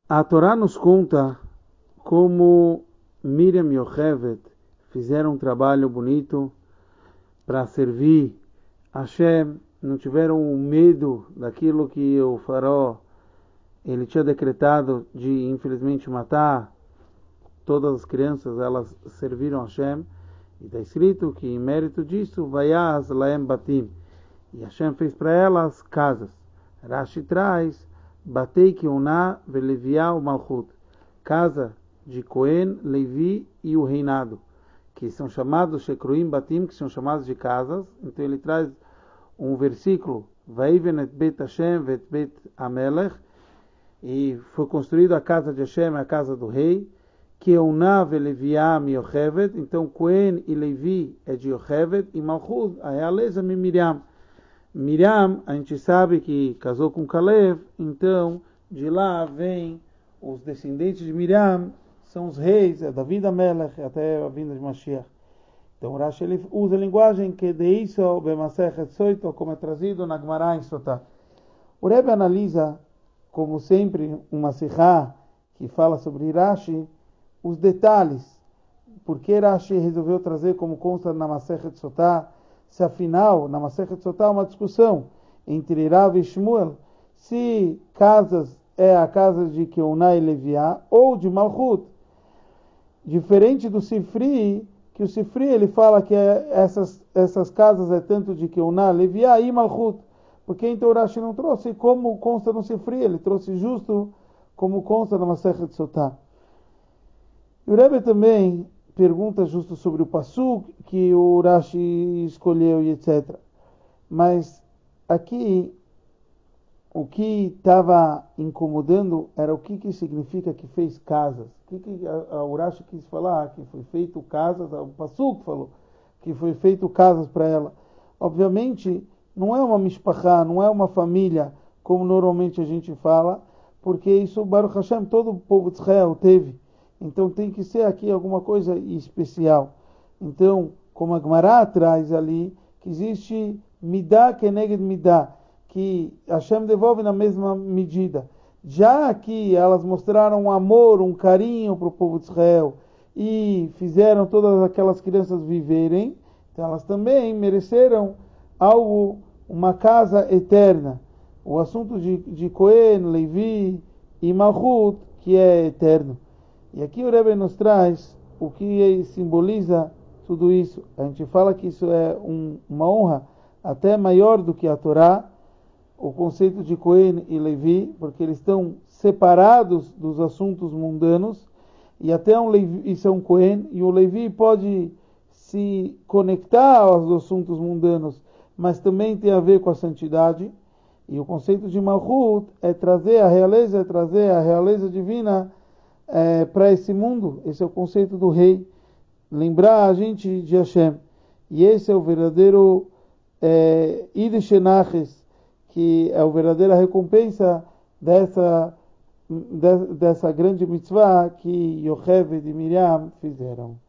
A Torá nos conta como Miriam e Yocheved fizeram um trabalho bonito para servir Hashem, não tiveram medo daquilo que o faraó ele tinha decretado de infelizmente matar todas as crianças. Elas serviram Hashem e está escrito que em mérito disso Vayaz Laem Batim, e Hashem fez para elas casas. Rashi traz Batei Keuná Veleviá o Malchut, casa de Cohen, Levi e o reinado, que são chamados Shekruim Batim, que são chamados de casas. Então ele traz um versículo, Vaiven et Bet Hashem vet Bet Amelech, e foi construída a casa de Hashem, a casa do rei. Keuná Veleviá Yocheved, então Cohen e Levi é de Yocheved, e Malchut, a realeza de Miriam. Miriam, a gente sabe que casou com Calev, então de lá vem os descendentes de Miriam, são os reis, é David Amelech, até a vinda de Mashiach. Então Rashi ele usa a linguagem que de isso, B'Masechet Soito, como é trazido na Gemara em Sotá. O Rebbe analisa, como sempre, uma Sihá que fala sobre Rashi, os detalhes, porque Rashi resolveu trazer como consta na Masechet Sotá, se afinal, na Masechet Sotá há uma discussão entre Rav e Shmuel, se casas é a casa de Keuná e Leviá ou de Malchut. Diferente do Sifri, que o Sifri ele fala que essas casas é tanto de Keuná, Leviá e Malchut. Porque então Rashi não trouxe como consta no Sifri, ele trouxe justo como consta na Masechet Sotá. E o Rebbe também pergunta justo sobre o Passuk que o Rashi escolheu e etc. Mas aqui o que estava incomodando era o que significa que fez casas. O que o Rashi quis falar? Que foi feito casas, o Passuk falou que foi feito casas para ela. Obviamente não é uma mishpachá, não é uma família como normalmente a gente fala, porque isso Baruch Hashem, todo o povo de Israel teve. Então tem que ser aqui alguma coisa especial. Então, como a Gemara traz ali, que existe Midah keneged Midah, que Hashem devolve na mesma medida. Já que elas mostraram um amor, um carinho para o povo de Israel e fizeram todas aquelas crianças viverem, então elas também mereceram algo, uma casa eterna. O assunto de Cohen, Levi e Malchut, que é eterno. E aqui o Rebbe nos traz o que simboliza tudo isso. A gente fala que isso é uma honra até maior do que a Torá, o conceito de Cohen e Levi, porque eles estão separados dos assuntos mundanos, e até um Levi, isso é um Cohen, e o Levi pode se conectar aos assuntos mundanos, mas também tem a ver com a santidade. E o conceito de Malchut é trazer a realeza divina para esse mundo. Esse é o conceito do rei, lembrar a gente de Hashem. E esse é o verdadeiro Ideshenaches, que é a verdadeira recompensa dessa grande mitzvah que Yocheved e Miriam fizeram.